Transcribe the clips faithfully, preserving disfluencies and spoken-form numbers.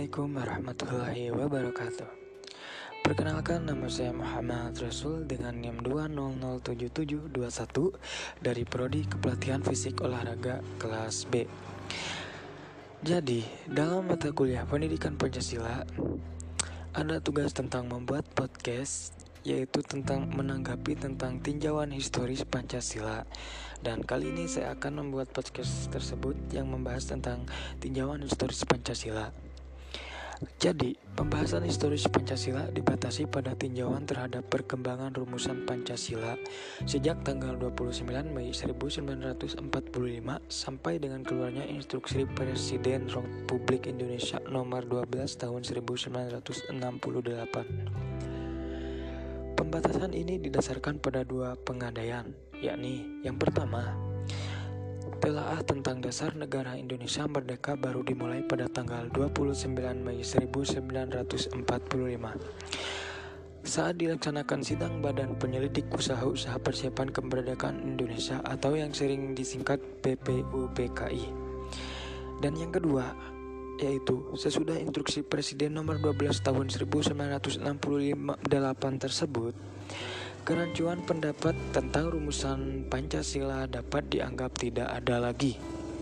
Assalamualaikum warahmatullahi wabarakatuh. Perkenalkan, nama saya Muhammad Rasul dengan NIM dua nol nol tujuh tujuh dua satu dari Prodi Kepelatihan Fisik Olahraga kelas B. Jadi, dalam mata kuliah Pendidikan Pancasila ada tugas tentang membuat podcast, yaitu tentang menanggapi tentang tinjauan historis Pancasila. Dan kali ini saya akan membuat podcast tersebut yang membahas tentang tinjauan historis Pancasila. Jadi, pembahasan historis Pancasila dibatasi pada tinjauan terhadap perkembangan rumusan Pancasila sejak tanggal dua puluh sembilan Mei seribu sembilan ratus empat puluh lima sampai dengan keluarnya Instruksi Presiden Republik Indonesia nomor dua belas tahun seribu sembilan ratus enam puluh delapan. Pembatasan ini didasarkan pada dua pengandaian, yakni yang pertama, telaah tentang dasar negara Indonesia merdeka baru dimulai pada tanggal dua puluh sembilan Mei seribu sembilan ratus empat puluh lima saat dilaksanakan sidang Badan Penyelidik Usaha-Usaha Persiapan Kemerdekaan Indonesia atau yang sering disingkat B P U P K I. Dan yang kedua, yaitu sesudah Instruksi Presiden nomor dua belas tahun seribu sembilan ratus enam puluh delapan tersebut, kerancuan pendapat tentang rumusan Pancasila dapat dianggap tidak ada lagi.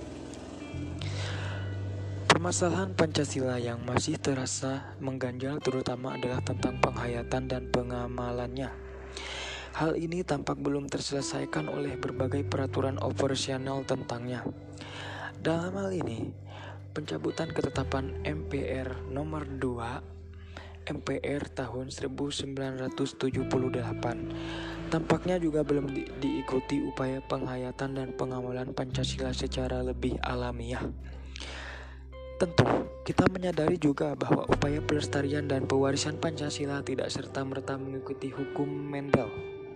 Permasalahan Pancasila yang masih terasa mengganjal terutama adalah tentang penghayatan dan pengamalannya. Hal ini tampak belum terselesaikan oleh berbagai peraturan operasional tentangnya. Dalam hal ini, pencabutan ketetapan M P R nomor dua M P R tahun seribu sembilan ratus tujuh puluh delapan tampaknya juga belum di- diikuti upaya penghayatan dan pengamalan Pancasila secara lebih alamiah. Tentu, kita menyadari juga bahwa upaya pelestarian dan pewarisan Pancasila tidak serta-merta mengikuti hukum Mendel.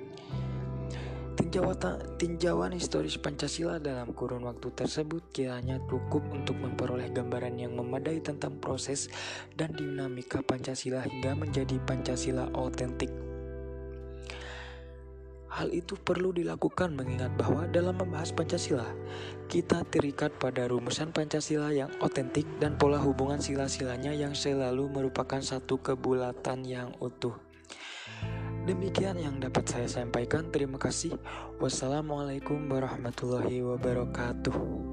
Tinjauan, tinjauan historis Pancasila dalam kurun waktu tersebut kiranya cukup untuk memperoleh gambaran yang memadai tentang proses dan dinamika Pancasila hingga menjadi Pancasila otentik. Hal itu perlu dilakukan mengingat bahwa dalam membahas Pancasila, kita terikat pada rumusan Pancasila yang otentik dan pola hubungan sila-silanya yang selalu merupakan satu kebulatan yang utuh. Demikian yang dapat saya sampaikan. Terima kasih. Wassalamualaikum warahmatullahi wabarakatuh.